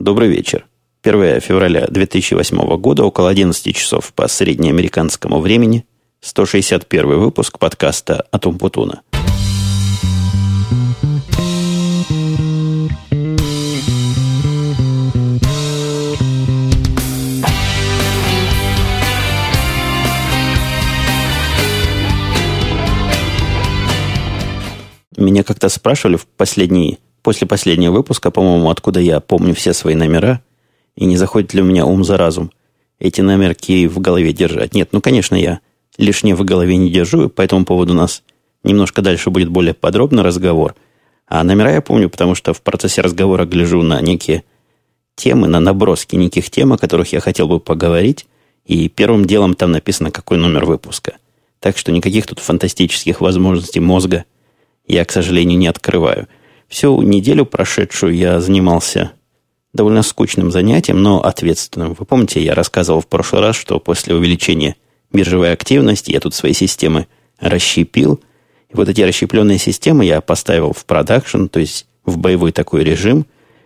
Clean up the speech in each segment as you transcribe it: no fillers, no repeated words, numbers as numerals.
Добрый вечер. 1 февраля 2008 года, около 11 часов по среднеамериканскому времени, 161 выпуск подкаста от Умпутуна. Меня как-то спрашивали после последнего выпуска, по-моему, откуда я помню все свои номера, и не заходит ли у меня ум за разум эти номерки в голове держать. Нет, конечно, я лишнее в голове не держу, и по этому поводу у нас немножко дальше будет более подробный разговор. А номера я помню, потому что в процессе разговора гляжу на некие темы, на наброски неких тем, о которых я хотел бы поговорить, и первым делом там написано, какой номер выпуска. Так что никаких тут фантастических возможностей мозга я, к сожалению, не открываю. Всю неделю прошедшую я занимался довольно скучным занятием, но ответственным. Вы помните, я рассказывал в прошлый раз, что после увеличения биржевой активности я тут свои системы расщепил. И вот эти расщепленные системы я поставил в продакшн, то есть в боевой такой режим.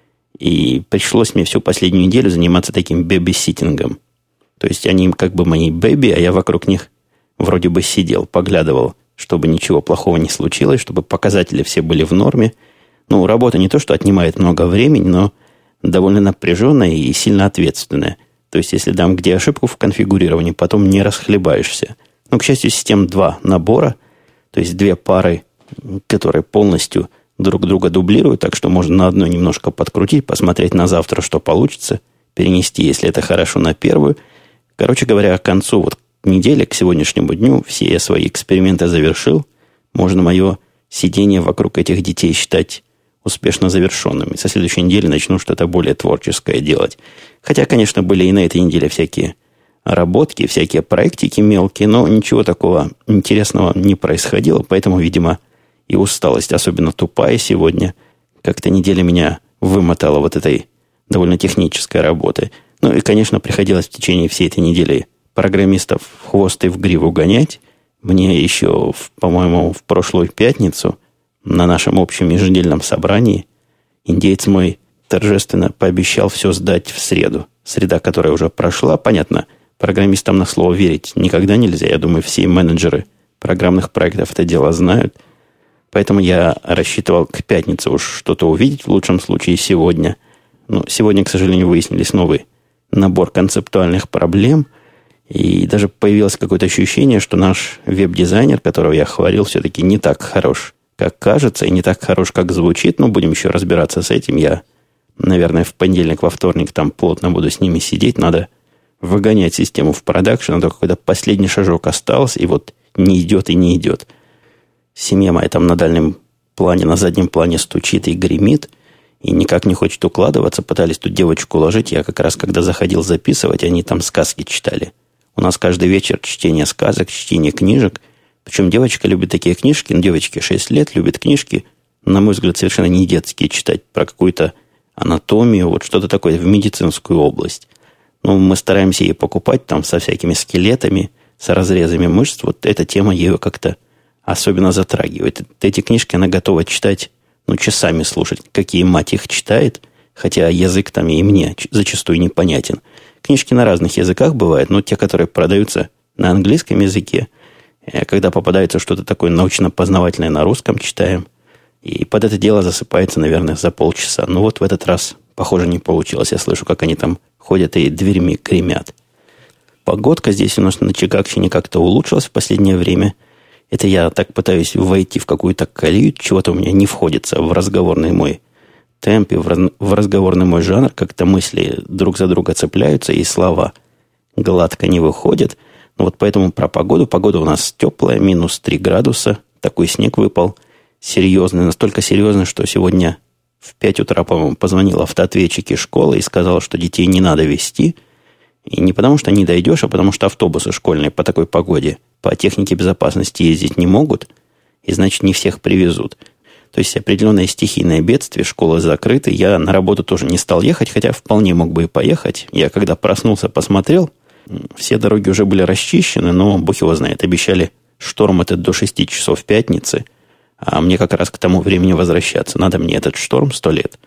И пришлось мне всю последнюю неделю заниматься таким бэби-ситтингом. То есть они как бы мои бэби, а я вокруг них вроде бы сидел, поглядывал, чтобы ничего плохого не случилось, чтобы показатели все были в норме. Работа не то, что отнимает много времени, но довольно напряженная и сильно ответственная. То есть, если дам где ошибку в конфигурировании, потом не расхлебаешься. К счастью, систем 2 набора, то есть 2 пары, которые полностью друг друга дублируют, так что можно на одной немножко подкрутить, посмотреть на завтра, что получится, перенести, если это хорошо, на первую. Короче говоря, к концу недели, к сегодняшнему дню, все я свои эксперименты завершил. Можно мое сидение вокруг этих детей считать успешно завершенными. Со следующей недели начну что-то более творческое делать. Хотя, конечно, были и на этой неделе всякие работки, всякие проектики мелкие, но ничего такого интересного не происходило, поэтому, видимо, и усталость, особенно тупая сегодня, как-то неделя меня вымотала вот этой довольно технической работы. И, конечно, приходилось в течение всей этой недели программистов в хвост и в гриву гонять. Мне еще, по-моему, в прошлую пятницу на нашем общем еженедельном собрании индеец мой торжественно пообещал все сдать в среду. Среда, которая уже прошла, понятно, программистам на слово верить никогда нельзя. Я думаю, все менеджеры программных проектов это дело знают. Поэтому я рассчитывал к пятнице уж что-то увидеть, в лучшем случае сегодня. Сегодня, к сожалению, выяснились новый набор концептуальных проблем. И даже появилось какое-то ощущение, что наш веб-дизайнер, которого я хвалил, все-таки не так хорош, как кажется, и не так хорош, как звучит. Будем еще разбираться с этим. Я, наверное, в понедельник, во вторник там плотно буду с ними сидеть. Надо выгонять систему в продакшн. А то какой-то последний шажок остался, и не идет и не идет. Семья моя там на дальнем плане, на заднем плане стучит и гремит, и никак не хочет укладываться. Пытались тут девочку уложить. Я как раз, когда заходил записывать, они там сказки читали. У нас каждый вечер чтение сказок, чтение книжек. Причем девочка любит такие книжки. Девочке 6 лет, любит книжки, на мой взгляд, совершенно не детские читать. Про какую-то анатомию, что-то такое в медицинскую область. Мы стараемся ей покупать там со всякими скелетами, с разрезами мышц. Эта тема ее как-то особенно затрагивает. Эти книжки она готова читать, часами слушать, какие мать их читает. Хотя язык там и мне зачастую непонятен. Книжки на разных языках бывают, но те, которые продаются на английском языке, когда попадается что-то такое научно-познавательное на русском, читаем. И под это дело засыпается, наверное, за полчаса. В этот раз, похоже, не получилось. Я слышу, как они там ходят и дверьми гремят. Погодка здесь у нас на Чикагщине как-то улучшилась в последнее время. Это я так пытаюсь войти в какую-то колею, чего-то у меня не входится в разговорный мой темп, в разговорный мой жанр. Как-то мысли друг за друга цепляются, и слова гладко не выходят. Поэтому про погоду. Погода у нас теплая, минус 3 градуса. Такой снег выпал серьезный. Настолько серьезный, что сегодня в 5 утра, по-моему, позвонил автоответчик из школы и сказал, что детей не надо везти. И не потому, что не дойдешь, а потому, что автобусы школьные по такой погоде, по технике безопасности ездить не могут. И, значит, не всех привезут. То есть, определенное стихийное бедствие, школы закрыты. Я на работу тоже не стал ехать, хотя вполне мог бы и поехать. Я, когда проснулся, посмотрел, все дороги уже были расчищены, но, бог его знает, обещали шторм этот до 6 часов пятницы, а мне как раз к тому времени возвращаться. Надо мне этот шторм 100 лет.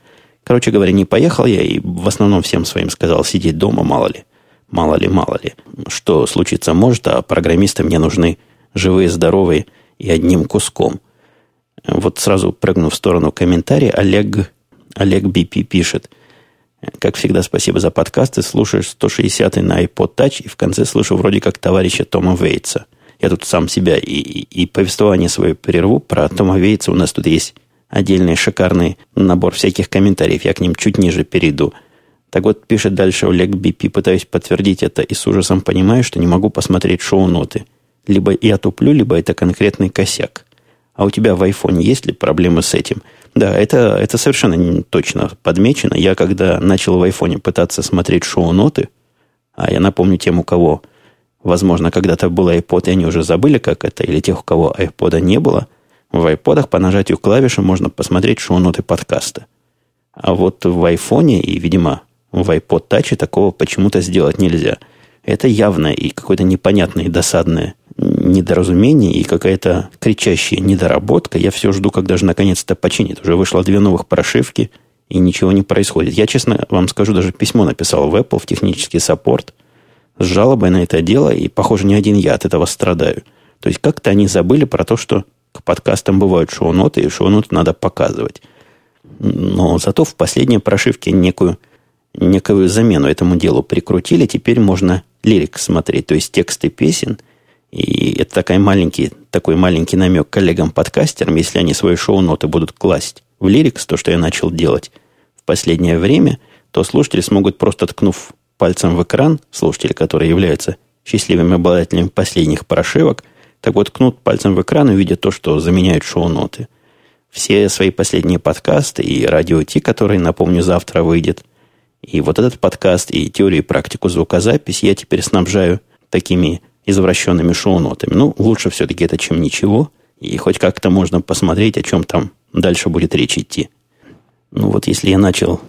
Короче говоря, не поехал я и в основном всем своим сказал сидеть дома, мало ли. Мало ли. Что случиться может, а программисты мне нужны живые, здоровые и одним куском. Вот сразу прыгну в сторону комментария. Олег BP пишет. Как всегда, спасибо за подкасты. Слушаешь 160-й на iPod Touch и в конце слышу вроде как товарища Тома Вейтса. Я тут сам себя и повествование свое прерву про Тома Вейтса. У нас тут есть отдельный шикарный набор всяких комментариев. Я к ним чуть ниже перейду. Так вот, пишет дальше Олег BP. Пытаюсь подтвердить это и с ужасом понимаю, что не могу посмотреть шоу-ноты. Либо я туплю, либо это конкретный косяк. А у тебя в айфоне есть ли проблемы с этим? Да, это совершенно точно подмечено. Я когда начал в айфоне пытаться смотреть шоу-ноты, а я напомню тем, у кого, возможно, когда-то был iPod, и они уже забыли, как это, или тех, у кого iPod'а не было, в айподах по нажатию клавиши можно посмотреть шоу-ноты подкаста. А вот в айфоне и, видимо, в iPod Touch такого почему-то сделать нельзя. Это явно и какое-то непонятное и досадное недоразумение, и какая-то кричащая недоработка. Я все жду, когда же наконец-то починит. Уже вышло 2 новых прошивки, и ничего не происходит. Я, честно вам скажу, даже письмо написал в Apple, в технический саппорт, с жалобой на это дело, и, похоже, не один я от этого страдаю. То есть как-то они забыли про то, что к подкастам бывают шоу-ноты, и шоу-ноты надо показывать. Но зато в последней прошивке некую замену этому делу прикрутили. Теперь можно лирик смотреть, то есть тексты песен. И это такой маленький намек коллегам-подкастерам, если они свои шоу-ноты будут класть в лирикс, то, что я начал делать в последнее время, то слушатели смогут, просто ткнув пальцем в экран, слушатели, которые являются счастливыми обладателями последних прошивок, так вот ткнут пальцем в экран и увидят то, что заменяют шоу-ноты. Все свои последние подкасты и радио Ти, который, напомню, завтра выйдет, и вот этот подкаст, и теорию и практику звукозаписи я теперь снабжаю такими извращенными шоу-нотами. Ну, лучше все-таки это, чем ничего. И хоть как-то можно посмотреть, о чем там дальше будет речь идти. Ну, вот если я начал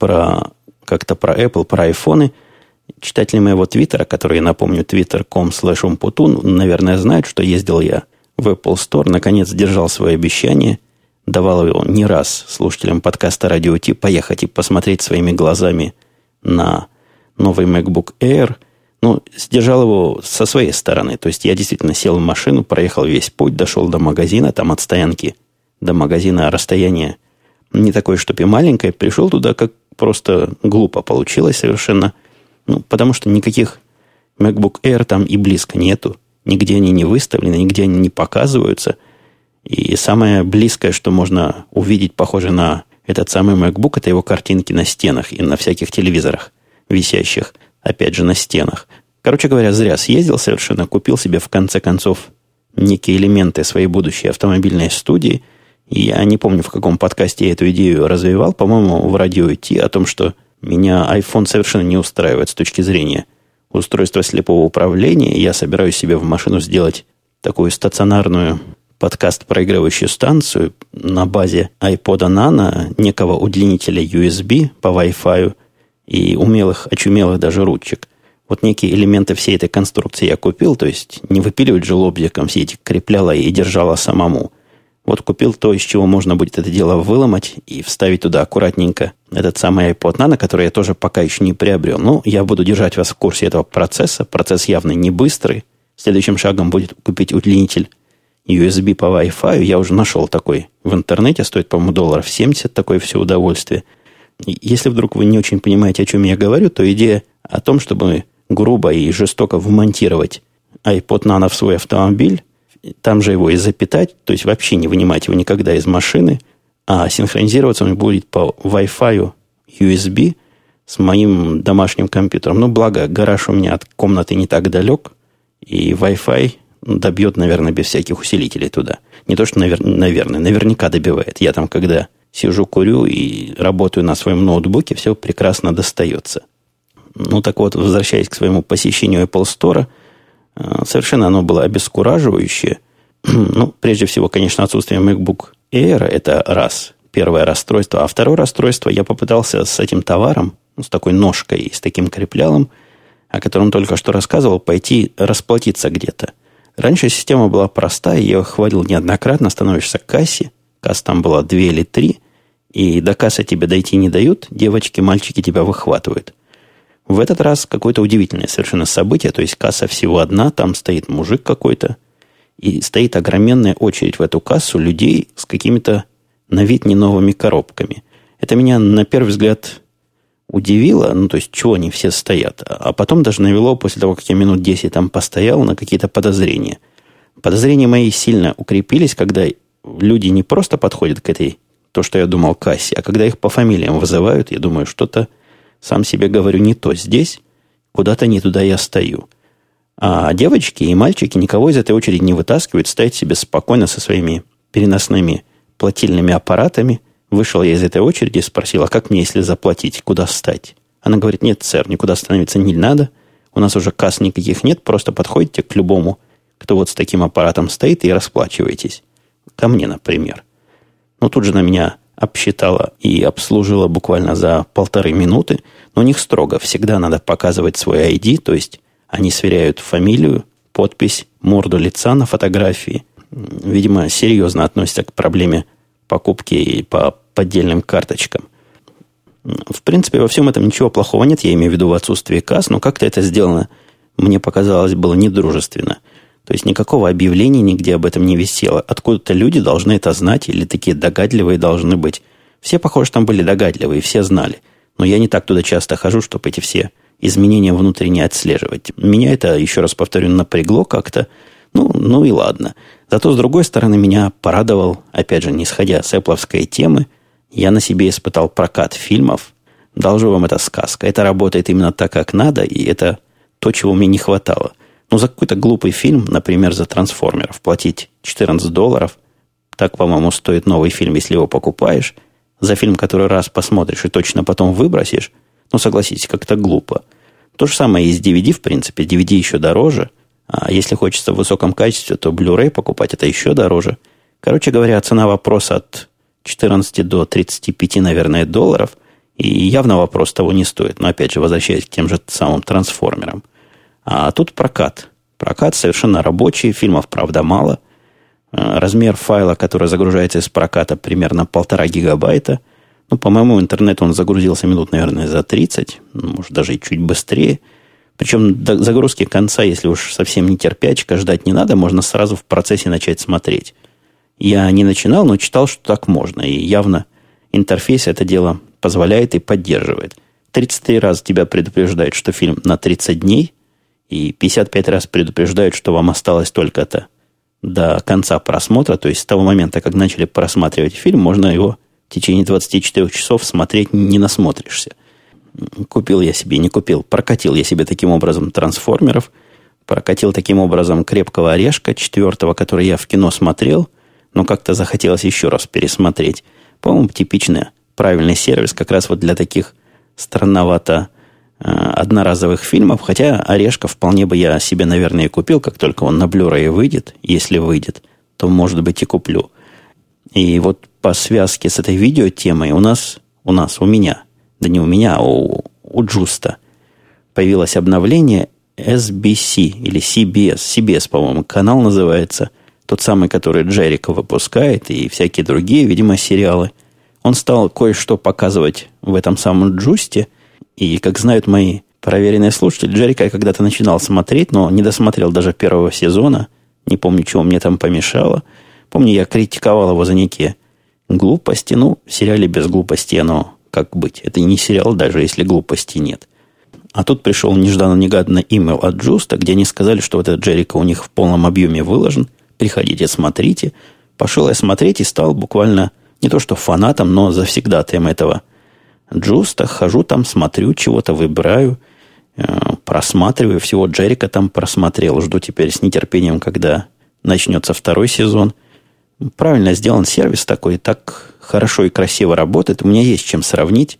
как-то про Apple, про айфоны, читатели моего твиттера, который, я напомню, twitter.com/umputun, наверное, знают, что ездил я в Apple Store, наконец сдержал свое обещание, давал его не раз слушателям подкаста «Радио Ти» поехать и посмотреть своими глазами на новый MacBook Air. Ну, сдержал его со своей стороны. То есть я действительно сел в машину, проехал весь путь, дошел до магазина, там от стоянки до магазина расстояние не такое, чтобы и маленькое. Пришел туда, как просто глупо получилось совершенно. Ну, потому что никаких MacBook Air там и близко нету. Нигде они не выставлены, нигде они не показываются. И самое близкое, что можно увидеть, похоже на этот самый MacBook, это его картинки на стенах и на всяких телевизорах, висящих, опять же, на стенах. Короче говоря, зря съездил совершенно, купил себе, в конце концов, некие элементы своей будущей автомобильной студии. И я не помню, в каком подкасте я эту идею развивал, по-моему, в радио Ти, о том, что меня iPhone совершенно не устраивает с точки зрения устройства слепого управления. Я собираюсь себе в машину сделать такую стационарную подкаст-проигрывающую станцию на базе iPod Nano, некого удлинителя USB по Wi-Fi и очумелых даже ручек. Вот некие элементы всей этой конструкции я купил, то есть не выпиливать же лобзиком, все эти крепляла и держала самому. Вот купил то, из чего можно будет это дело выломать и вставить туда аккуратненько этот самый iPod Nano, который я тоже пока еще не приобрел. Но я буду держать вас в курсе этого процесса. Процесс явно не быстрый. Следующим шагом будет купить удлинитель USB по Wi-Fi. Я уже нашел такой в интернете. Стоит, по-моему, $70, такое все удовольствие. И если вдруг вы не очень понимаете, о чем я говорю, то идея о том, чтобы грубо и жестоко вмонтировать iPod Nano в свой автомобиль, там же его и запитать, то есть вообще не вынимать его никогда из машины, а синхронизироваться он будет по Wi-Fi USB с моим домашним компьютером. Ну, благо, гараж у меня от комнаты не так далек, и Wi-Fi добьет, наверное, без всяких усилителей туда. Не то, что, наверняка добивает. Я там, когда сижу, курю и работаю на своем ноутбуке, все прекрасно достается. Ну, так вот, возвращаясь к своему посещению Apple Store, совершенно оно было обескураживающее. Ну, прежде всего, конечно, отсутствие MacBook Air – это раз, первое расстройство. А второе расстройство, я попытался с этим товаром, с такой ножкой и с таким креплялом, о котором только что рассказывал, пойти расплатиться где-то. Раньше система была простая, я ее хвалил неоднократно, становишься к кассе, касса там была 2 или 3, и до кассы тебе дойти не дают, девочки, мальчики тебя выхватывают. В этот раз какое-то удивительное совершенно событие, то есть касса всего одна, там стоит мужик какой-то, и стоит огроменная очередь в эту кассу людей с какими-то на вид не новыми коробками. Это меня на первый взгляд удивило, ну, то есть, чего они все стоят. А потом даже навело, после того, как я минут 10 там постоял, на какие-то подозрения. Подозрения мои сильно укрепились, когда люди не просто подходят к этой, то, что я думал, кассе, а когда их по фамилиям вызывают, я думаю, что-то, сам себе говорю, не то здесь, куда-то не туда я стою. А девочки и мальчики никого из этой очереди не вытаскивают, стоят себе спокойно со своими переносными платильными аппаратами. Вышел я из этой очереди и спросил, а как мне, если заплатить, куда встать? Она говорит, нет, сэр, никуда становиться не надо, у нас уже касс никаких нет, просто подходите к любому, кто вот с таким аппаратом стоит, и расплачиваетесь. Ко мне, например. Ну, тут же на меня обсчитала и обслужила буквально за 1,5 минуты. Но у них строго. Всегда надо показывать свой ID, то есть они сверяют фамилию, подпись, морду лица на фотографии. Видимо, серьезно относятся к проблеме покупки по поддельным карточкам. В принципе, во всем этом ничего плохого нет, я имею в виду в отсутствии касс, но как-то это сделано, мне показалось, было недружественно. То есть никакого объявления нигде об этом не висело. Откуда-то люди должны это знать, или такие догадливые должны быть. Все, похоже, там были догадливые, все знали. Но я не так туда часто хожу, чтобы эти все изменения внутренне отслеживать. Меня это, еще раз повторю, напрягло как-то. Ну и ладно. Зато, с другой стороны, меня порадовал, опять же, не сходя с эппловской темы, я на себе испытал прокат фильмов. Должу вам, это сказка. Это работает именно так, как надо, и это то, чего мне не хватало. За какой-то глупый фильм, например, за «Трансформеров», платить $14, так, по-моему, стоит новый фильм, если его покупаешь. За фильм, который раз посмотришь и точно потом выбросишь, согласитесь, как-то глупо. То же самое и с DVD, в принципе. DVD еще дороже. А если хочется в высоком качестве, то Blu-ray покупать это еще дороже. Короче говоря, цена вопроса от 14 до 35, наверное, долларов. И явно вопрос того не стоит. Но, опять же, возвращаясь к тем же самым «Трансформерам». А тут прокат. Прокат совершенно рабочий, фильмов, правда, мало. Размер файла, который загружается из проката, примерно 1,5 гигабайта. По моему интернету он загрузился минут, наверное, за 30, может, даже и чуть быстрее. Причем до загрузки конца, если уж совсем не терпячка, ждать не надо, можно сразу в процессе начать смотреть. Я не начинал, но читал, что так можно. И явно интерфейс это дело позволяет и поддерживает. 33 раза тебя предупреждают, что фильм на 30 дней, и 55 раз предупреждают, что вам осталось только-то до конца просмотра, то есть с того момента, как начали просматривать фильм, можно его в течение 24 часов смотреть, не насмотришься. Купил я себе, не купил, прокатил я себе таким образом «Трансформеров», прокатил таким образом «Крепкого орешка» 4-го, который я в кино смотрел, но как-то захотелось еще раз пересмотреть. По-моему, типичный, правильный сервис как раз вот для таких странновато одноразовых фильмов, хотя «Орешка» вполне бы я себе, наверное, и купил, как только он на Blu-ray выйдет. Если выйдет, то, может быть, и куплю. И вот по связке с этой видеотемой у меня, да не у меня, а у Джуста появилось обновление SBC или CBS, по-моему, канал называется, тот самый, который Джерико выпускает и всякие другие, видимо, сериалы. Он стал кое-что показывать в этом самом Джусте. И, как знают мои проверенные слушатели, Джерико я когда-то начинал смотреть, но не досмотрел даже 1-го сезона. Не помню, чего мне там помешало. Помню, я критиковал его за некие глупости. В сериале без глупости оно как быть. Это не сериал, даже если глупости нет. А тут пришел нежданно-негаданно имейл от Джуста, где они сказали, что вот этот Джерико у них в полном объеме выложен. Приходите, смотрите. Пошел я смотреть и стал буквально не то что фанатом, но завсегдатаем этого Джуста. Хожу там, смотрю, чего-то выбираю, просматриваю. Всего Джерико там просмотрел. Жду теперь с нетерпением, когда начнется 2-й сезон. Правильно сделан сервис такой, так хорошо и красиво работает. У меня есть чем сравнить.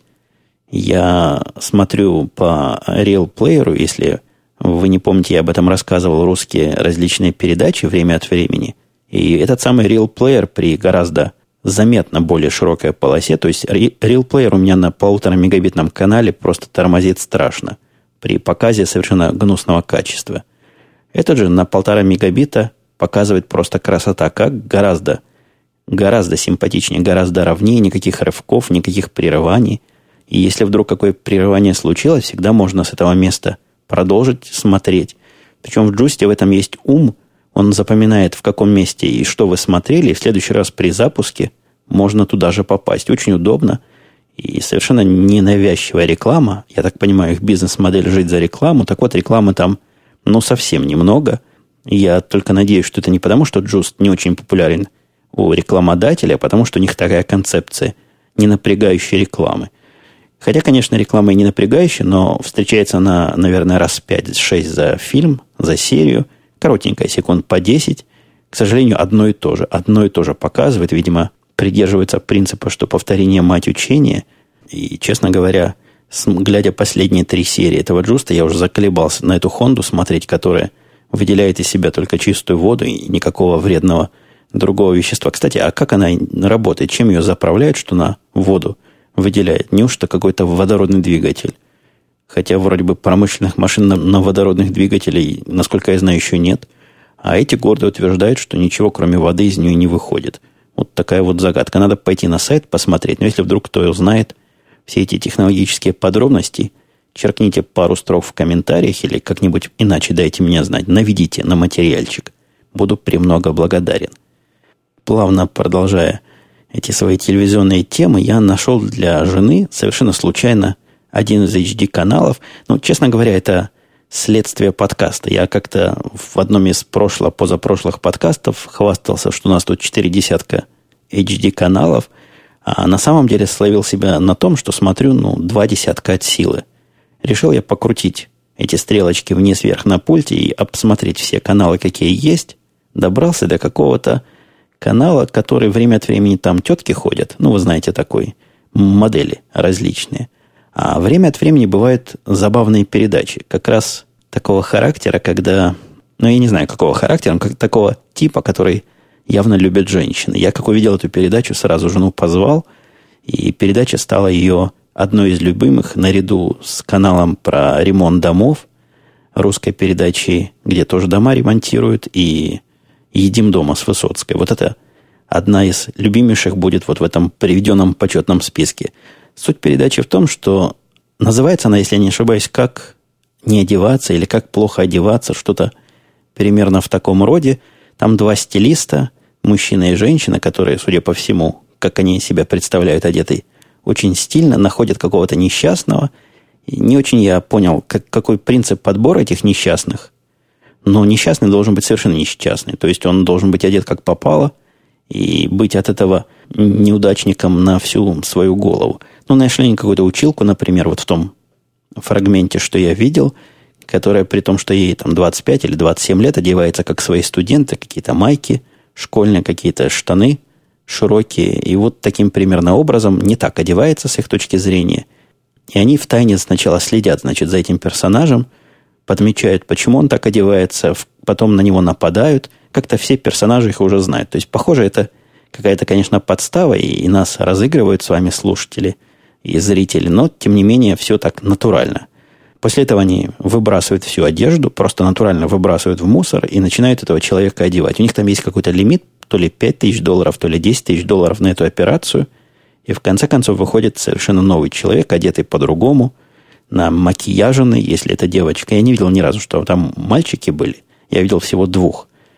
Я смотрю по Real Player, если вы не помните, я об этом рассказывал, русские различные передачи время от времени. И этот самый Real Player при гораздо заметно более широкой полосе, то есть Real Player у меня на 1,5 мегабитном канале просто тормозит страшно при показе совершенно гнусного качества. Этот же на 1,5 мегабита показывает просто красота, как гораздо гораздо симпатичнее, гораздо ровнее, никаких рывков, никаких прерываний. И если вдруг какое прерывание случилось, всегда можно с этого места продолжить смотреть. Причем в Джусте в этом есть ум, он запоминает, в каком месте и что вы смотрели, и в следующий раз при запуске можно туда же попасть. Очень удобно и совершенно ненавязчивая реклама. Я так понимаю, их бизнес-модель жить за рекламу. Так вот, рекламы там, совсем немного. Я только надеюсь, что это не потому, что Just не очень популярен у рекламодателя, а потому, что у них такая концепция не напрягающей рекламы. Хотя, конечно, реклама и не напрягающая, но встречается она, наверное, раз 5-6 за фильм, за серию. Коротенькая, секунд по 10. К сожалению, одно и то же показывает. Видимо, придерживается принципа, что повторение мать учения. И, честно говоря, глядя последние 3 серии этого Джуста, я уже заколебался на эту Хонду смотреть, которая выделяет из себя только чистую воду и никакого вредного другого вещества. Кстати, а как она работает? Чем ее заправляют, что на воду выделяет? Неужто какой-то водородный двигатель? Хотя вроде бы промышленных машин на водородных двигателей, насколько я знаю, еще нет. А эти гордо утверждают, что ничего, кроме воды, из нее не выходит. Вот такая вот загадка. Надо пойти на сайт посмотреть. Но если вдруг кто узнает все эти технологические подробности, черкните пару строк в комментариях или как-нибудь иначе дайте мне знать. Наведите на материальчик. Буду премного благодарен. Плавно продолжая эти свои телевизионные темы, я нашел для жены совершенно случайно один из HD-каналов. Честно говоря, это следствие подкаста. Я как-то в одном из позапрошлых подкастов хвастался, что у нас тут 4 десятка HD-каналов, а на самом деле словил себя на том, что смотрю, 2 десятка от силы. Решил я покрутить эти стрелочки вниз-вверх на пульте и обсмотреть все каналы, какие есть. Добрался до какого-то канала, который время от времени там тетки ходят. Вы знаете, такой модели различные. А время от времени бывают забавные передачи. Как раз такого характера, когда... я не знаю, какого характера, но как такого типа, который явно любит женщины. Я, как увидел эту передачу, сразу жену позвал. И передача стала ее одной из любимых, наряду с каналом про ремонт домов, русской передачи, где тоже дома ремонтируют, и «Едим дома» с Высоцкой. Вот это одна из любимейших будет вот в этом приведенном почетном списке. Суть передачи в том, что называется она, если я не ошибаюсь, «Как не одеваться» или «Как плохо одеваться», что-то примерно в таком роде. Там 2 стилиста, мужчина и женщина, которые, судя по всему, как они себя представляют одетой, очень стильно находят какого-то несчастного. И не очень я понял, какой принцип подбора этих несчастных. Но несчастный должен быть совершенно несчастный. То есть он должен быть одет как попало и быть от этого неудачником на всю свою голову. Нашли они какую-то училку, например, вот в том фрагменте, что я видел, которая при том, что ей там 25 или 27 лет, одевается как свои студенты, какие-то майки школьные, какие-то штаны широкие. И вот таким примерно образом не так одевается с их точки зрения. И они втайне сначала следят, за этим персонажем, подмечают, почему он так одевается, потом на него нападают. Как-то все персонажи их уже знают. То есть, похоже, это какая-то, конечно, подстава, и нас разыгрывают с вами слушатели и зрители, но, тем не менее, все так натурально. После этого они выбрасывают всю одежду, просто натурально выбрасывают в мусор и начинают этого человека одевать. У них там есть какой-то лимит, то ли $5000, то ли $10 000 на эту операцию. И в конце концов выходит совершенно новый человек, одетый по-другому, намакияженный, если это девочка. Я не видел ни разу, что там мальчики были. Я видел всего 2.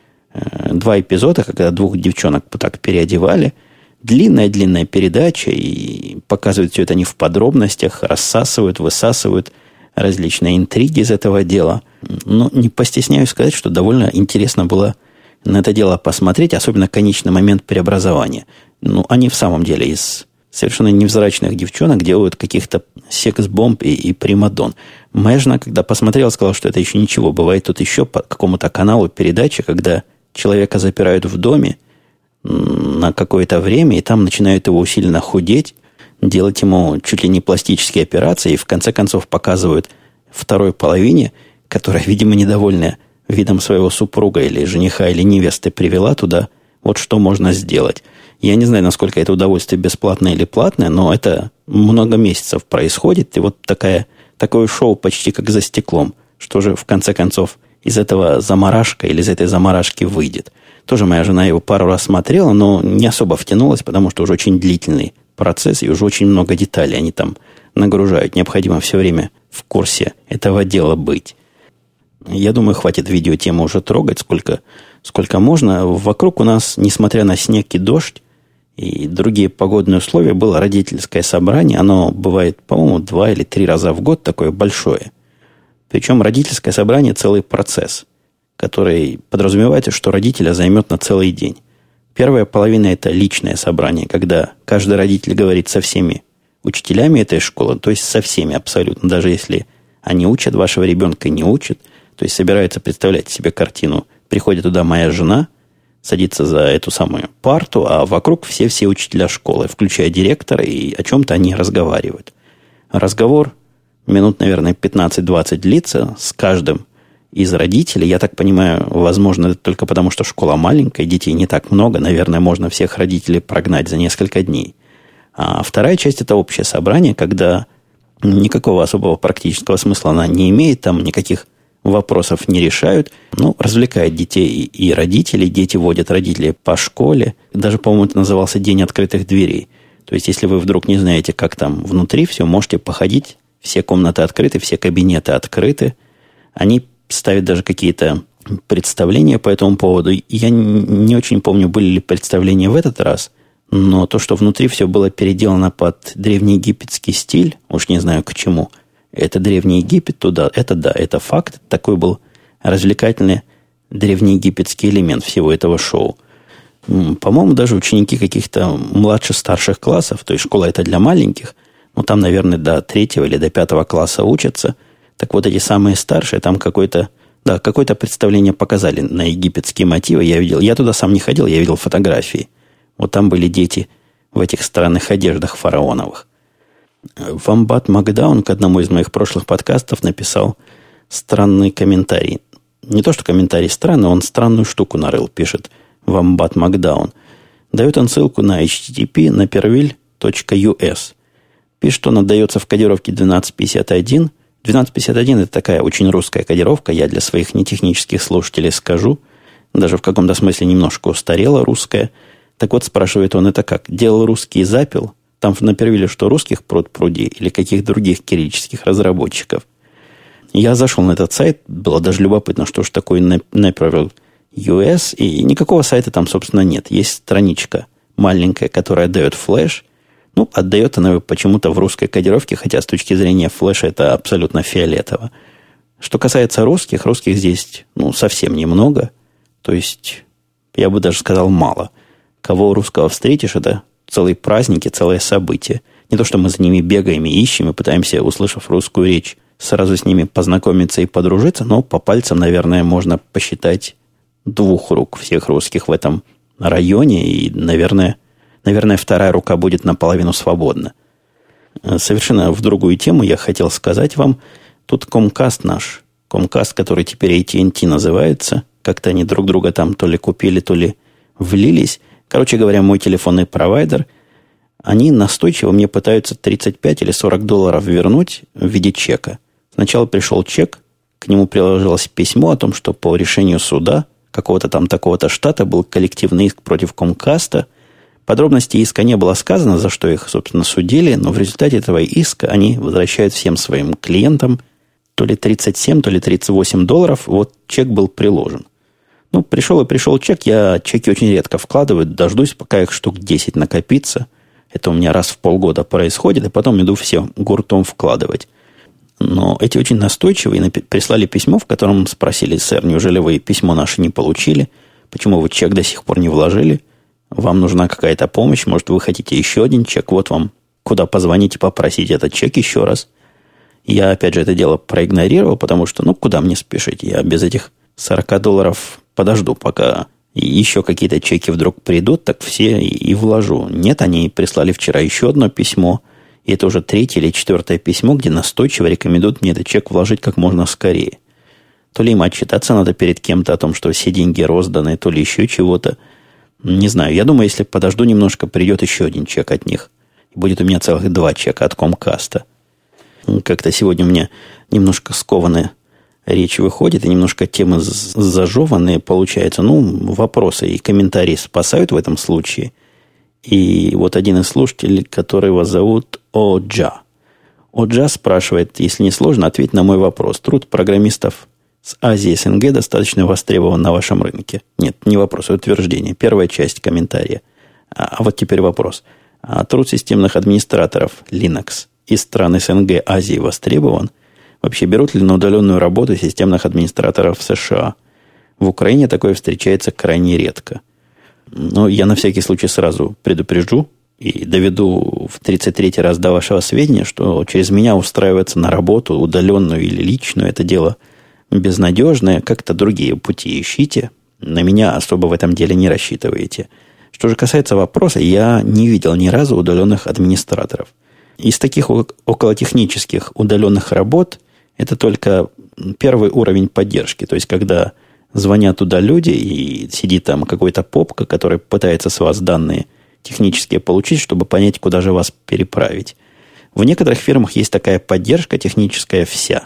2 эпизода, когда 2 девчонок так переодевали. Длинная передача, и показывают все это они в подробностях, рассасывают, высасывают различные интриги из этого дела. Но не постесняюсь сказать, что довольно интересно было на это дело посмотреть, особенно конечный момент преобразования. Они в самом деле из совершенно невзрачных девчонок делают каких-то секс-бомб и примадон. Моя жена, когда посмотрела, сказала, что это еще ничего. Бывает тут еще по какому-то каналу передачи, когда человека запирают в доме на какое-то время, и там начинают его усиленно худеть, делать ему чуть ли не пластические операции, и в конце концов показывают второй половине, которая, видимо, недовольная видом своего супруга или жениха или невесты привела туда, вот что можно сделать. Я не знаю, насколько это удовольствие бесплатное или платное, но это много месяцев происходит, и вот такое шоу почти как за стеклом. Что же, в конце концов, из этого заморашка или из этой заморашки выйдет? Тоже моя жена его пару раз смотрела, но не особо втянулась, потому что уже очень длительный процесс и уже очень много деталей они там нагружают. Необходимо все время в курсе этого дела быть. Я думаю, хватит видеотему уже трогать, сколько можно. Вокруг у нас, несмотря на снег и дождь и другие погодные условия, было родительское собрание. Оно бывает, по-моему, 2 или 3 раза в год, такое большое. Причем родительское собрание – целый процесс, который подразумевается, что родителя займет на целый день. Первая половина – это личное собрание, когда каждый родитель говорит со всеми учителями этой школы, то есть со всеми абсолютно, даже если они учат вашего ребенка и не учат, то есть собираются представлять себе картину. Приходит туда моя жена, садится за эту самую парту, а вокруг все учителя школы, включая директора, и о чем-то они разговаривают. Разговор минут, наверное, 15-20 длится с каждым из родителей. Я так понимаю, возможно, это только потому, что школа маленькая, детей не так много. Наверное, можно всех родителей прогнать за несколько дней. А вторая часть – это общее собрание, когда никакого особого практического смысла она не имеет, там никаких вопросов не решают. Ну, развлекает детей и родителей. Дети водят родителей по школе. Даже, по-моему, это назывался День открытых дверей. То есть, если вы вдруг не знаете, как там внутри все, можете походить. Все комнаты открыты, все кабинеты открыты. Они ставят даже какие-то представления по этому поводу. Я не очень помню, были ли представления в этот раз, но то, что внутри все было переделано под древнеегипетский стиль, уж не знаю к чему, это Древний Египет туда, это да, это факт. Такой был развлекательный древнеегипетский элемент всего этого шоу. По-моему, даже ученики каких-то младше-старших классов, то есть школа это для маленьких, ну, там, наверное, до 3 или до 5 класса учатся. Так вот, эти самые старшие, там какое-то представление показали на египетские мотивы. Я видел, я туда сам не ходил, я видел фотографии. Вот там были дети в этих странных одеждах фараоновых. Вамбат Макдаун к одному из моих прошлых подкастов написал странный комментарий. Не то, что комментарий странный, он странную штуку нарыл, пишет Вамбат Макдаун. Дает он ссылку на http://naperville.us. Пишет, что он отдается в кодировке 1251. 1251 – это такая очень русская кодировка. Я для своих нетехнических слушателей скажу. Даже в каком-то смысле немножко устарела русская. Так вот, спрашивает он, это как? Делал русский и запил? Там в Напервилле что, русских пруд-пруди или каких других кириллических разработчиков? Я зашел на этот сайт. Было даже любопытно, что же такое Naperville.us. И никакого сайта там, собственно, нет. Есть страничка маленькая, которая дает флеш. Ну, отдает она почему-то в русской кодировке, хотя с точки зрения флеша это абсолютно фиолетово. Что касается русских здесь, совсем немного. То есть, я бы даже сказал, мало. Кого русского встретишь, это целые праздники, целое событие. Не то, что мы за ними бегаем и ищем, и пытаемся, услышав русскую речь, сразу с ними познакомиться и подружиться, но по пальцам, наверное, можно посчитать 2 рук всех русских в этом районе, и, наверное, вторая рука будет наполовину свободна. Совершенно в другую тему я хотел сказать вам. Тут Comcast наш, Comcast, который теперь AT&T называется, как-то они друг друга там то ли купили, то ли влились. Короче говоря, мой телефонный провайдер, они настойчиво мне пытаются 35 или 40 долларов вернуть в виде чека. Сначала пришел чек, к нему приложилось письмо о том, что по решению суда какого-то там такого-то штата был коллективный иск против Comcast. Подробностей иска не было сказано, за что их, собственно, судили, но в результате этого иска они возвращают всем своим клиентам то ли 37, то ли 38 долларов. Вот чек был приложен. Пришел чек. Я чеки очень редко вкладываю. Дождусь, пока их штук 10 накопится. Это у меня раз в полгода происходит, и потом иду все гуртом вкладывать. Но эти очень настойчивые прислали письмо, в котором спросили: сэр, неужели вы письмо наше не получили? Почему вы чек до сих пор не вложили? Вам нужна какая-то помощь, может, вы хотите еще один чек, вот вам куда позвонить и попросить этот чек еще раз. Я, опять же, это дело проигнорировал, потому что, куда мне спешить? Я без этих 40 долларов подожду, пока еще какие-то чеки вдруг придут, так все и вложу. Нет, они прислали вчера еще одно письмо, и это уже 3-е или 4-е письмо, где настойчиво рекомендуют мне этот чек вложить как можно скорее. То ли им отчитаться надо перед кем-то о том, что все деньги розданы, то ли еще чего-то. Не знаю, я думаю, если подожду немножко, придет еще один чек от них. И будет у меня целых 2 чека от Comcast. Как-то сегодня у меня немножко скованы речь выходит, и немножко темы зажеванные получаются. Вопросы и комментарии спасают в этом случае. И вот один из слушателей, которого зовут Оджа. Оджа спрашивает, если не сложно, ответь на мой вопрос. Труд программистов с Азии СНГ достаточно востребован на вашем рынке? Нет, не вопрос, а утверждение. Первая часть комментария. А вот теперь вопрос. Труд системных администраторов Linux из стран СНГ Азии востребован? Вообще берут ли на удаленную работу системных администраторов в США? В Украине такое встречается крайне редко. Но я на всякий случай сразу предупрежу и доведу в 33-й раз до вашего сведения, что через меня устраиваться на работу, удаленную или личную, это дело безнадежное. Как-то другие пути ищите. На меня особо в этом деле не рассчитываете. Что же касается вопроса, я не видел ни разу удаленных администраторов. Из таких околотехнических удаленных работ это только первый уровень поддержки. То есть, когда звонят туда люди, и сидит там какой-то попка, который пытается с вас данные технические получить, чтобы понять, куда же вас переправить. В некоторых фирмах есть такая поддержка техническая вся.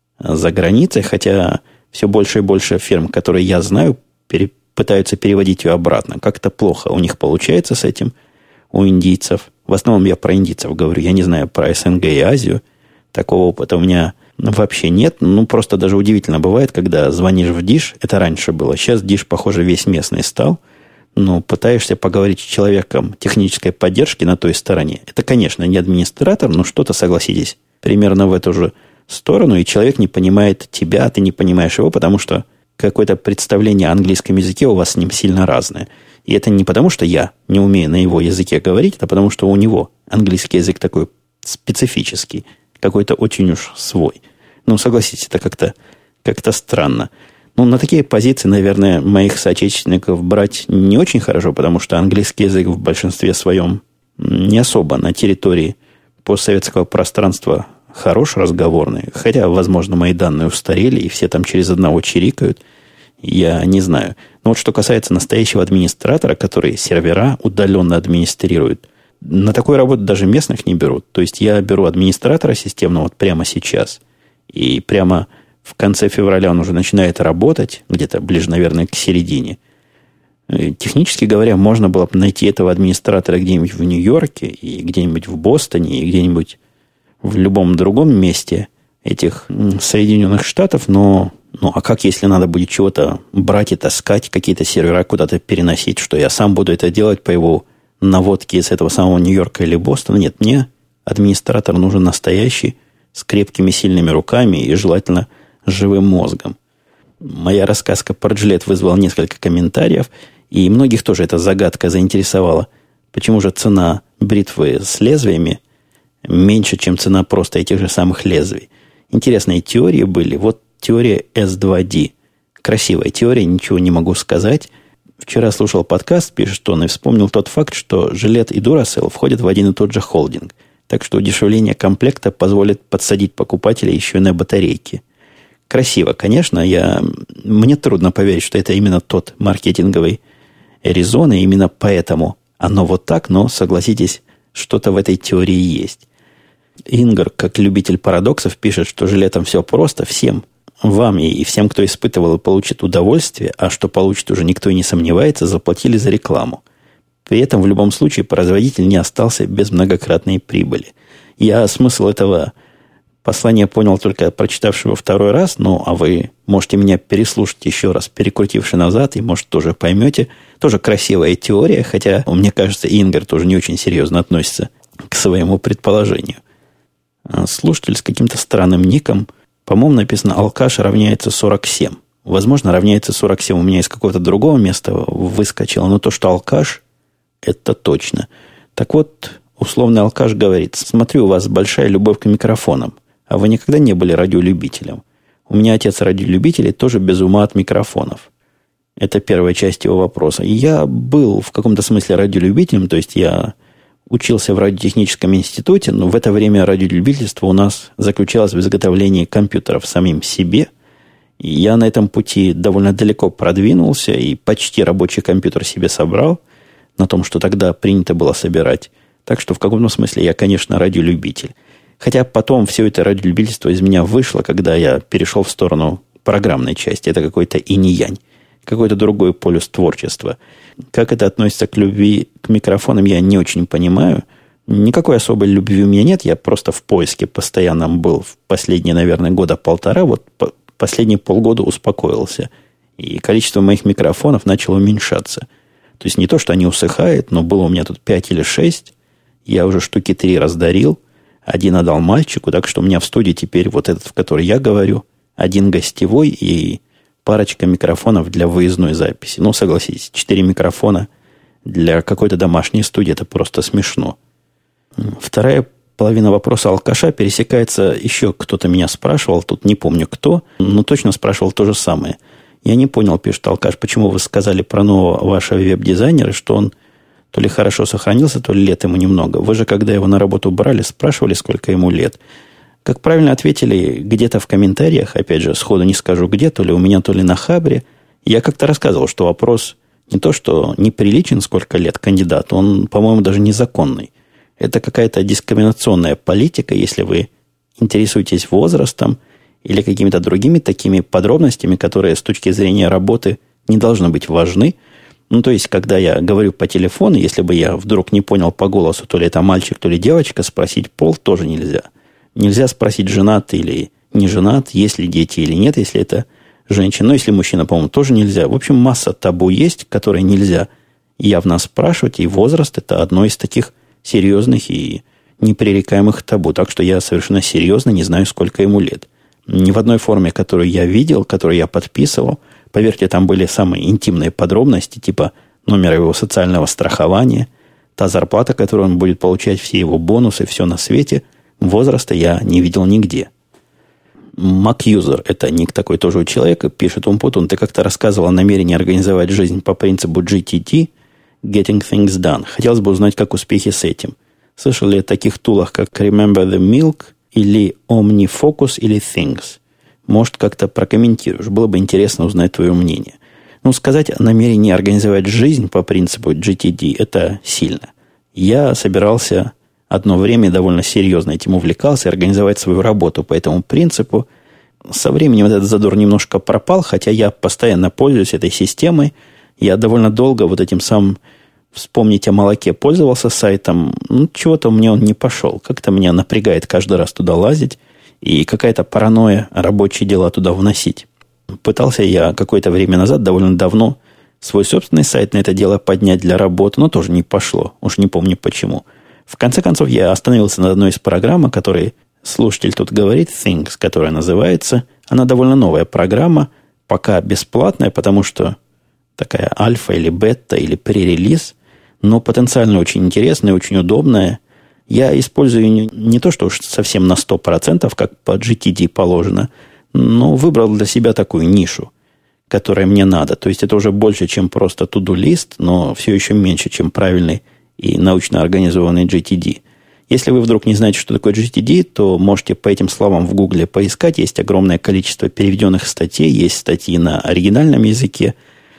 За границей, хотя все больше и больше фирм, которые я знаю, пытаются переводить ее обратно. Как-то плохо у них получается с этим, у индийцев. В основном я про индийцев говорю, я не знаю про СНГ и Азию. Такого опыта у меня вообще нет. Просто даже удивительно бывает, когда звонишь в Диш, это раньше было, сейчас Диш, похоже, весь местный стал, пытаешься поговорить с человеком технической поддержки на той стороне. Это, конечно, не администратор, но что-то, согласитесь, примерно в эту же сторону, и человек не понимает тебя, а ты не понимаешь его, потому что какое-то представление о английском языке у вас с ним сильно разное. И это не потому, что я не умею на его языке говорить, а потому, что у него английский язык такой специфический, какой-то очень уж свой. Согласитесь, это как-то странно. На такие позиции, наверное, моих соотечественников брать не очень хорошо, потому что английский язык в большинстве своем не особо на территории постсоветского пространства хорош разговорный. Хотя, возможно, мои данные устарели, и все там через одного чирикают. Я не знаю. Но вот что касается настоящего администратора, который сервера удаленно администрирует, на такую работу даже местных не берут. То есть я беру администратора системного вот прямо сейчас, и прямо в конце февраля он уже начинает работать, где-то ближе, наверное, к середине. Технически говоря, можно было бы найти этого администратора где-нибудь в Нью-Йорке, и где-нибудь в Бостоне, и где-нибудь в любом другом месте этих Соединенных Штатов, а как, если надо будет чего-то брать и таскать, какие-то сервера куда-то переносить, что я сам буду это делать по его наводке из этого самого Нью-Йорка или Бостона? Нет, мне администратор нужен настоящий, с крепкими сильными руками и желательно живым мозгом. Моя рассказка про Gillette вызвала несколько комментариев, и многих тоже эта загадка заинтересовала. Почему же цена бритвы с лезвиями меньше, чем цена просто этих же самых лезвий? Интересные теории были. Вот теория S2D. Красивая теория, ничего не могу сказать. Вчера слушал подкаст, пишет он, и вспомнил тот факт, что Gillette и Duracell входят в один и тот же холдинг. Так что удешевление комплекта позволит подсадить покупателя еще и на батарейки. Красиво, конечно. Мне трудно поверить, что это именно тот маркетинговый резон, и именно поэтому оно вот так, но, согласитесь, что-то в этой теории есть. Ингар, как любитель парадоксов, пишет, что Gillette все просто, всем, вам и всем, кто испытывал и получит удовольствие, а что получит уже никто и не сомневается, заплатили за рекламу. При этом в любом случае производитель не остался без многократной прибыли. Я смысл этого послания понял только прочитавши его второй раз, а вы можете меня переслушать еще раз, перекрутивши назад, и, может, тоже поймете. Тоже красивая теория, хотя, мне кажется, Ингар тоже не очень серьезно относится к своему предположению. Слушатель с каким-то странным ником, по-моему, написано «Алкаш равняется 47». Возможно, равняется 47 у меня из какого-то другого места выскочило, но то, что алкаш, это точно. Так вот, условный алкаш говорит: смотрю, у вас большая любовь к микрофонам, а вы никогда не были радиолюбителем. У меня отец радиолюбитель и тоже без ума от микрофонов. Это первая часть его вопроса. И я был в каком-то смысле радиолюбителем, то есть я учился в радиотехническом институте, но в это время радиолюбительство у нас заключалось в изготовлении компьютеров самим себе. И я на этом пути довольно далеко продвинулся и почти рабочий компьютер себе собрал, на том, что тогда принято было собирать. Так что в каком-то смысле я, конечно, радиолюбитель. Хотя потом все это радиолюбительство из меня вышло, когда я перешел в сторону программной части. Это какой-то инь-янь, какой-то другой полюс творчества. Как это относится к любви к микрофонам, я не очень понимаю. Никакой особой любви у меня нет. Я просто в поиске постоянно был в последние, наверное, года полтора. Вот последние полгода успокоился. И количество моих микрофонов начало уменьшаться. То есть не то, что они усыхают, но было у меня тут 5 или 6. Я уже штуки 3 раздарил. Один отдал мальчику, так что у меня в студии теперь вот этот, в который я говорю, один гостевой и парочка микрофонов для выездной записи. Ну, согласитесь, 4 микрофона для какой-то домашней студии – это просто смешно. Вторая половина вопроса алкаша пересекается. Еще кто-то меня спрашивал, тут не помню кто, но точно спрашивал то же самое. Я не понял, пишет алкаш, почему вы сказали про нового вашего веб-дизайнера, что он то ли хорошо сохранился, то ли лет ему немного. Вы же, когда его на работу брали, спрашивали, сколько ему лет. Как правильно ответили где-то в комментариях, опять же, сходу не скажу где, то ли у меня, то ли на Хабре, я как-то рассказывал, что вопрос не то, что неприличен, сколько лет кандидат, он, по-моему, даже незаконный. Это какая-то дискриминационная политика, если вы интересуетесь возрастом или какими-то другими такими подробностями, которые с точки зрения работы не должны быть важны. Ну, то есть, когда я говорю по телефону, если бы я вдруг не понял по голосу, то ли это мальчик, то ли девочка, спросить пол тоже нельзя. Нельзя спросить, женат или не женат, есть ли дети или нет, если это женщина. Но если мужчина, по-моему, тоже нельзя. В общем, масса табу есть, которые нельзя явно спрашивать, и возраст – это одно из таких серьезных и непререкаемых табу. Так что я совершенно серьезно не знаю, сколько ему лет. Ни в одной форме, которую я видел, которую я подписывал, поверьте, там были самые интимные подробности, типа номер его социального страхования, та зарплата, которую он будет получать, все его бонусы, все на свете. Возраста я не видел нигде. MacUser – это ник такой тоже у человека, пишет Умпутун. Ты как-то рассказывал о намерении организовать жизнь по принципу GTD, Getting Things Done. Хотелось бы узнать, как успехи с этим. Слышал ли о таких тулах, как Remember the Milk, или OmniFocus, или Things? Может, как-то прокомментируешь. Было бы интересно узнать твое мнение. Ну, сказать о намерении организовать жизнь по принципу GTD – это сильно. Я собирался одно время довольно серьезно этим увлекался, организовать свою работу по этому принципу. Со временем этот задор немножко пропал, хотя я постоянно пользуюсь этой системой. Я довольно долго вот этим самым «Вспомнить о молоке» пользовался сайтом. Ну, чего-то мне он не пошел. Как-то меня напрягает каждый раз туда лазить. И какая-то паранойя рабочие дела туда вносить. Пытался я какое-то время назад, довольно давно, свой собственный сайт на это дело поднять для работы, но тоже не пошло. Уж не помню почему. В конце концов, я остановился на одной из программ, о которой слушатель тут говорит, Things, которая называется. Она довольно новая программа, пока бесплатная, потому что такая альфа или бета или пререлиз, но потенциально очень интересная, очень удобная. Я использую не то, что уж совсем на 100%, как по GTD положено, но выбрал для себя такую нишу, которая мне надо. То есть это уже больше, чем просто to-do-лист, но все еще меньше, чем правильный и научно организованный GTD. Если вы вдруг не знаете, что такое GTD, то можете по этим словам в Гугле поискать. Есть огромное количество переведенных статей, есть статьи на оригинальном языке.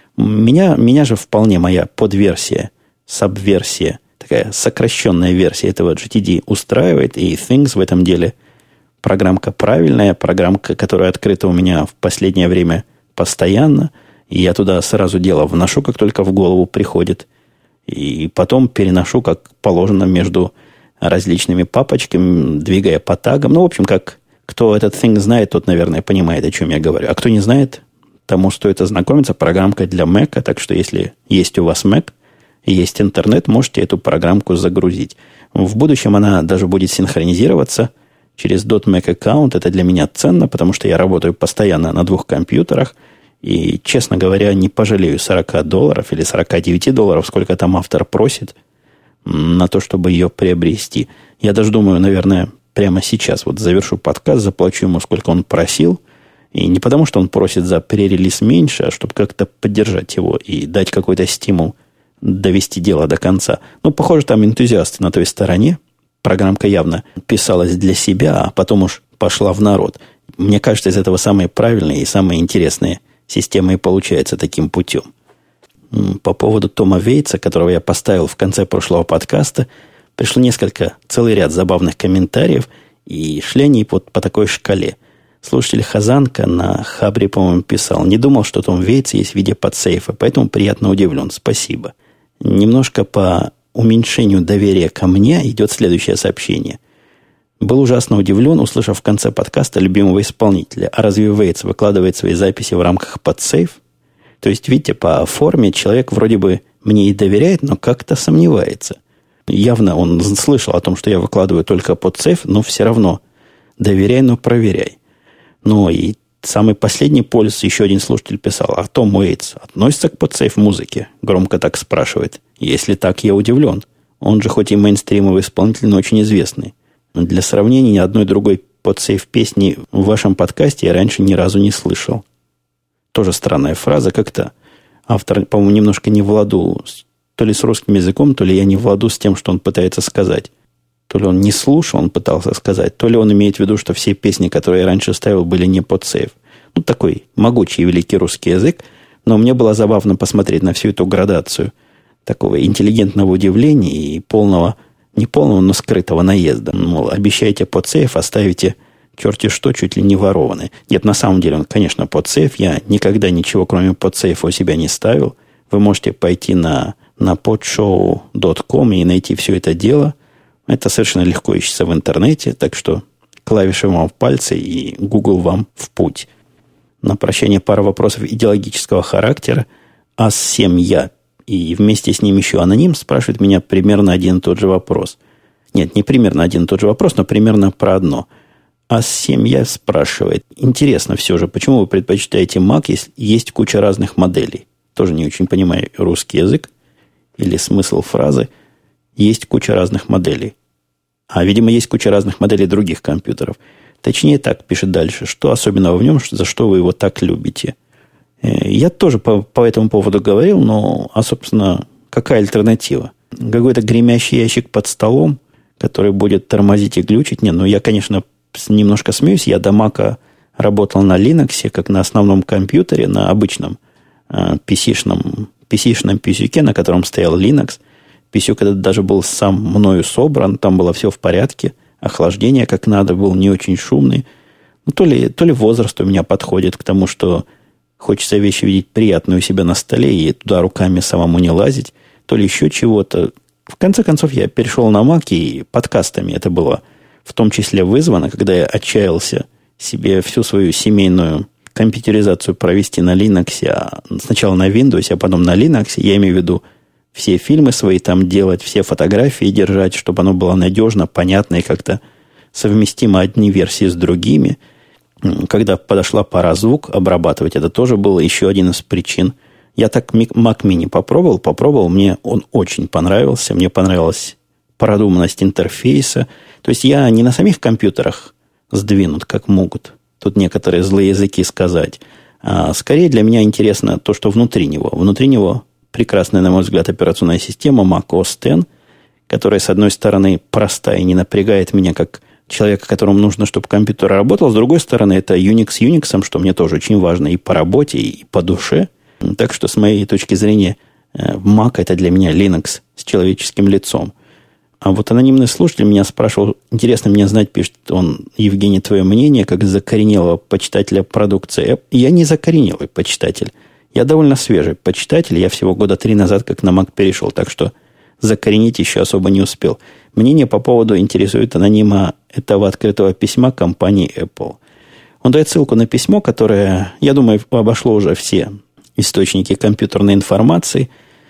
Меня же вполне моя подверсия, сабверсия, такая сокращенная версия этого GTD устраивает, и Things в этом деле программка правильная, программка, которая открыта у меня в последнее время постоянно, и я туда сразу дело вношу, как только в голову приходит, и потом переношу, как положено, между различными папочками, двигая по тагам. Ну, в общем, как кто этот Thing знает, тот, наверное, понимает, о чем я говорю. А кто не знает, тому стоит ознакомиться. Программка для Mac, так что если есть у вас Mac и есть интернет, можете эту программку загрузить. В будущем она даже будет синхронизироваться через .Mac аккаунт. Это для меня ценно, потому что я работаю постоянно на 2 компьютерах. И, честно говоря, не пожалею $40 или $49, сколько там автор просит, на то, чтобы ее приобрести. Я даже думаю, наверное, прямо сейчас вот завершу подкаст, заплачу ему, сколько он просил. И не потому, что он просит за пререлиз меньше, а чтобы как-то поддержать его и дать какой-то стимул довести дело до конца. Ну, похоже, там энтузиасты на той стороне. Программка явно писалась для себя, а потом уж пошла в народ. Мне кажется, из этого самые правильные и самые интересные системы и получаются таким путем. По поводу Тома Вейтса, которого я поставил в конце прошлого подкаста, пришло целый ряд забавных комментариев. И шли они по такой шкале. Слушатель Хазанка на Хабре, по-моему, писал: не думал, что Том Вейтс есть в виде подсейфа, поэтому приятно удивлен. Спасибо. Немножко по уменьшению доверия ко мне идет следующее сообщение. Был ужасно удивлен, услышав в конце подкаста любимого исполнителя. А разве Вейтс выкладывает свои записи в рамках подсейф? То есть, видите, по форме человек вроде бы мне и доверяет, но как-то сомневается. Явно он слышал о том, что я выкладываю только подсейф, но все равно доверяй, но проверяй. Ну и самый последний полис еще один слушатель писал: а Том Уэйтс относится к подсейф музыке? Громко так спрашивает. Если так, я удивлен. Он же хоть и мейнстримовый исполнитель, но очень известный. Но для сравнения, ни одной другой подсейф песни в вашем подкасте я раньше ни разу не слышал. Тоже странная фраза. Как-то автор, по-моему, немножко не в ладу то ли с русским языком, то ли я не в ладу с тем, что он пытается сказать. То ли он не слушал, он пытался сказать, то ли он имеет в виду, что все песни, которые я раньше ставил, были не под сейф. Ну, такой могучий великий русский язык. Но мне было забавно посмотреть на всю эту градацию такого интеллигентного удивления и полного, не полного, но скрытого наезда. Мол, обещаете под сейф, оставите черти что, чуть ли не ворованные. Нет, на самом деле он, конечно, под сейф. Я никогда ничего, кроме под сейфа, у себя не ставил. Вы можете пойти на podshow.com и найти все это дело. Это совершенно легко ищется в интернете, так что клавиши вам в пальцы и Google вам в путь. На прощание пара вопросов идеологического характера. АС7Я и вместе с ним еще аноним спрашивает меня примерно один и тот же вопрос. Нет, не примерно один и тот же вопрос, но примерно про одно. АС7Я спрашивает: интересно все же, почему вы предпочитаете Mac, если есть куча разных моделей? Тоже не очень понимаю русский язык или смысл фразы «есть куча разных моделей». А, видимо, есть куча разных моделей других компьютеров. Точнее, так пишет дальше. Что особенного в нем, за что вы его так любите? Я тоже по этому поводу говорил, но, собственно, какая альтернатива? Какой-то гремящий ящик под столом, который будет тормозить и глючить? Не, ну, я, конечно, немножко смеюсь. Я до Мака работал на Linux, как на основном компьютере, на обычном PC-шном писюке, на котором стоял Linux. Писюк этот даже был сам мною собран, там было все в порядке, охлаждение как надо, был не очень шумный. Ну, то ли возраст у меня подходит к тому, что хочется вещи видеть приятные у себя на столе и туда руками самому не лазить, то ли еще чего-то. В конце концов, я перешел на Mac, и подкастами это было в том числе вызвано, когда я отчаялся себе всю свою семейную компьютеризацию провести на Linux, сначала на Windows, а потом на Linux. Я имею в виду все фильмы свои там делать, все фотографии держать, чтобы оно было надежно, понятно и как-то совместимо одни версии с другими. Когда подошла пора звук обрабатывать, это тоже был еще один из причин. Я так Mac Mini попробовал, мне он очень понравился, мне понравилась продуманность интерфейса. То есть я не на самих компьютерах сдвинут, как могут тут некоторые злые языки сказать, а скорее для меня интересно то, что внутри него. Внутри него прекрасная, на мой взгляд, операционная система Mac OS X, которая, с одной стороны, простая и не напрягает меня как человека, которому нужно, чтобы компьютер работал. С другой стороны, это Unix, что мне тоже очень важно и по работе, и по душе. Так что, с моей точки зрения, Mac – это для меня Linux с человеческим лицом. А вот анонимный слушатель меня спрашивал, интересно мне знать, пишет он: Евгений, твое мнение, как закоренелого почитателя продукции Apple? Я не закоренелый почитатель. Я довольно свежий почитатель. Я всего года 3 назад как на Mac перешел, так что закоренить еще особо не успел. Мнение по поводу интересует анонима этого открытого письма компании Apple. Он дает ссылку на письмо, которое, я думаю, обошло уже все источники компьютерной информации.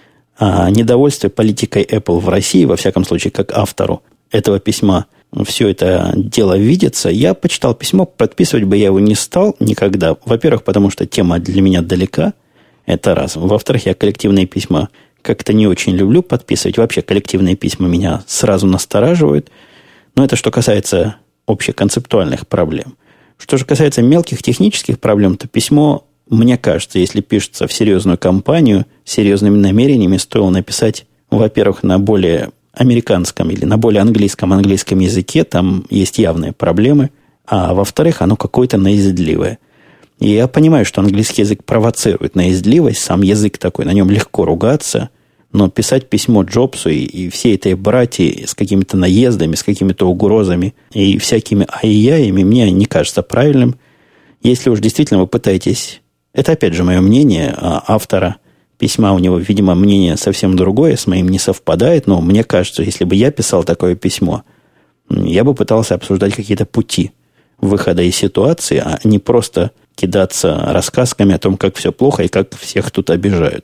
О недовольстве политикой Apple в России, во всяком случае, как автору этого письма, все это дело видится. Я почитал письмо, подписывать бы я его не стал никогда. Во-первых, потому что тема для меня далека. Это раз. Во-вторых, я коллективные письма как-то не очень люблю подписывать. Вообще, коллективные письма меня сразу настораживают. Но это что касается общеконцептуальных проблем. Что же касается мелких технических проблем, то письмо, мне кажется, если пишется в серьезную компанию, с серьезными намерениями, стоило написать, во-первых, на более американском или на более английском языке, там есть явные проблемы, а во-вторых, оно какое-то наездливое. И я понимаю, что английский язык провоцирует наездливость, сам язык такой, на нем легко ругаться, Но писать письмо Джобсу и всей этой братьи с какими-то наездами, с какими-то угрозами и всякими ай-яями мне не кажется правильным. Если уж действительно вы пытаетесь... Это, опять же, мое мнение, автора письма, у него, видимо, мнение совсем другое, с моим не совпадает, но мне кажется, если бы я писал такое письмо, я бы пытался обсуждать какие-то пути выхода из ситуации, а не просто кидаться рассказками о том, как все плохо и как всех тут обижают.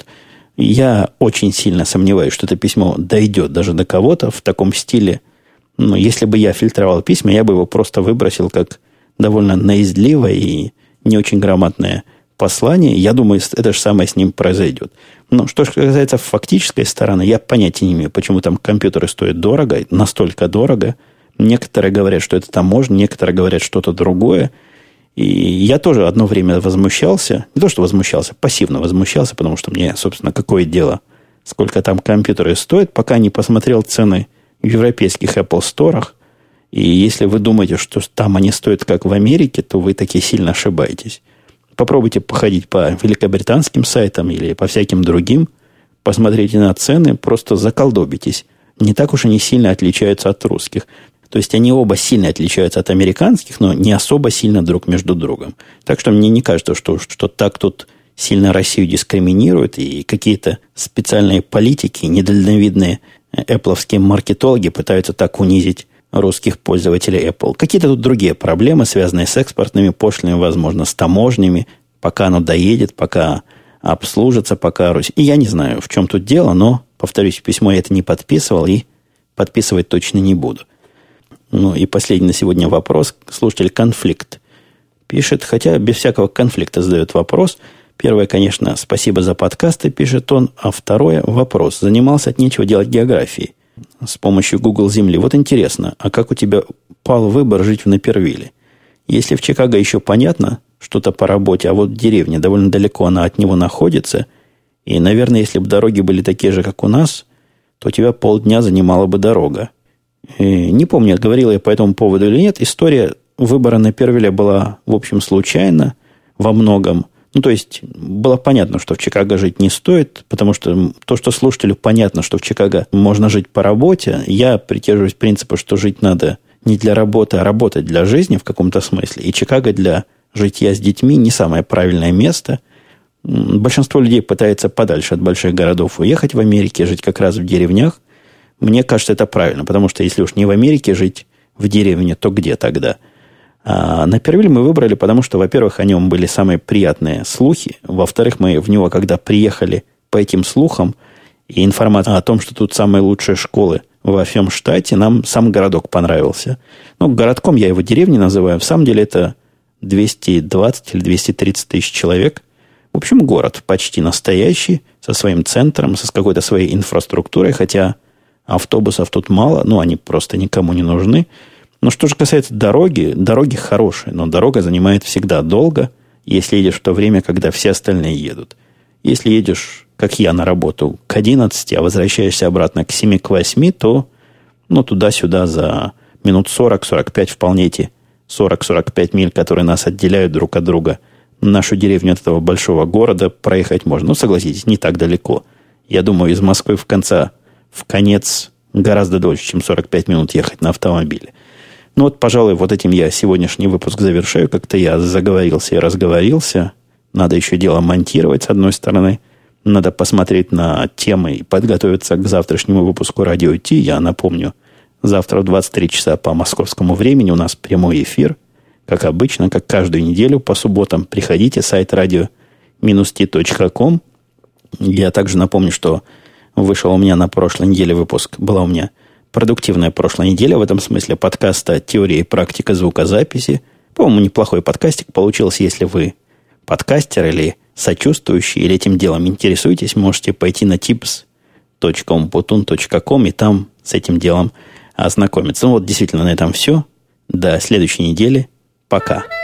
Я очень сильно сомневаюсь, что это письмо дойдет даже до кого-то в таком стиле. Но если бы я фильтровал письма, я бы его просто выбросил как довольно наездливое и не очень грамотное послание. Я думаю, это же самое с ним произойдет. Но что же касается фактической стороны, я понятия не имею, почему там компьютеры стоят дорого, настолько дорого. Некоторые говорят, что это таможня, некоторые говорят что-то другое. И я тоже одно время возмущался. Не то, что возмущался, пассивно возмущался, потому что мне, собственно, какое дело, сколько там компьютеры стоят, пока не посмотрел цены в европейских Apple Store. И если вы думаете, что там они стоят как в Америке, то вы таки сильно ошибаетесь. Попробуйте походить по великобританским сайтам или по всяким другим, посмотрите на цены, просто заколдобитесь. Не так уж они сильно отличаются от русских. То есть они оба сильно отличаются от американских, но не особо сильно друг между другом. Так что мне не кажется, что так тут сильно Россию дискриминируют, и какие-то специальные политики, недальновидные эппловские маркетологи пытаются так унизить русских пользователей Apple. Какие-то тут другие проблемы, связанные с экспортными пошлинами, возможно, с таможнями, пока оно доедет, пока обслужится, пока Русь. И я не знаю, в чем тут дело, но, повторюсь, письмо я это не подписывал и подписывать точно не буду. Ну и последний на сегодня вопрос. Слушатель «Конфликт» пишет, хотя без всякого конфликта задает вопрос. Первое, конечно, спасибо за подкасты, пишет он. А второе, вопрос. Занимался от нечего делать географией с помощью Google Земли. Вот интересно, а как у тебя пал выбор жить в Напервилле? Если в Чикаго еще понятно что-то по работе, а вот деревня довольно далеко она от него находится, и, наверное, если бы дороги были такие же, как у нас, то у тебя полдня занимала бы дорога. Не помню, говорил я по этому поводу или нет. История выбора Напервилля была, в общем, случайна во многом. Ну, то есть, было понятно, что в Чикаго жить не стоит, потому что то, что слушателю понятно, что в Чикаго можно жить по работе, я придерживаюсь принципа, что жить надо не для работы, а работать для жизни в каком-то смысле. И Чикаго для житья с детьми не самое правильное место. Большинство людей пытается подальше от больших городов уехать в Америке, жить как раз в деревнях. Мне кажется, это правильно, потому что если уж не в Америке жить в деревне, то где тогда? А Напервиль мы выбрали, потому что, во-первых, о нем были самые приятные слухи. Во-вторых, мы в него, когда приехали по этим слухам, и информация о том, что тут самые лучшие школы во всем штате, нам сам городок понравился. Ну, городком я его деревней называю. В самом деле это 220 или 230 тысяч человек. В общем, город почти настоящий, со своим центром, с какой-то своей инфраструктурой, хотя автобусов тут мало, ну, они просто никому не нужны. Но что же касается дороги, дороги хорошие, но дорога занимает всегда долго, если едешь в то время, когда все остальные едут. Если едешь, как я, на работу к 11, а возвращаешься обратно к 7, к 8, то ну, туда-сюда за минут 40-45 вполне эти 40-45 миль, которые нас отделяют друг от друга, нашу деревню от этого большого города проехать можно. Ну, согласитесь, не так далеко. Я думаю, из Москвы в конец гораздо дольше, чем 45 минут ехать на автомобиле. Ну вот, пожалуй, вот этим я сегодняшний выпуск завершаю. Как-то я заговорился и разговорился. Надо еще дело монтировать, с одной стороны. Надо посмотреть на темы и подготовиться к завтрашнему выпуску Радио Ти. Я напомню, завтра в 23 часа по московскому времени у нас прямой эфир. Как обычно, как каждую неделю по субботам. Приходите, сайт radio-t.com. Я также напомню, что вышел у меня на прошлой неделе выпуск. Была у меня продуктивная прошлая неделя в этом смысле подкаста «Теория и практика звукозаписи». По-моему, неплохой подкастик получился. Если вы подкастер или сочувствующий, или этим делом интересуетесь, можете пойти на tips.umputun.com и там с этим делом ознакомиться. Ну вот, действительно, на этом все. До следующей недели. Пока.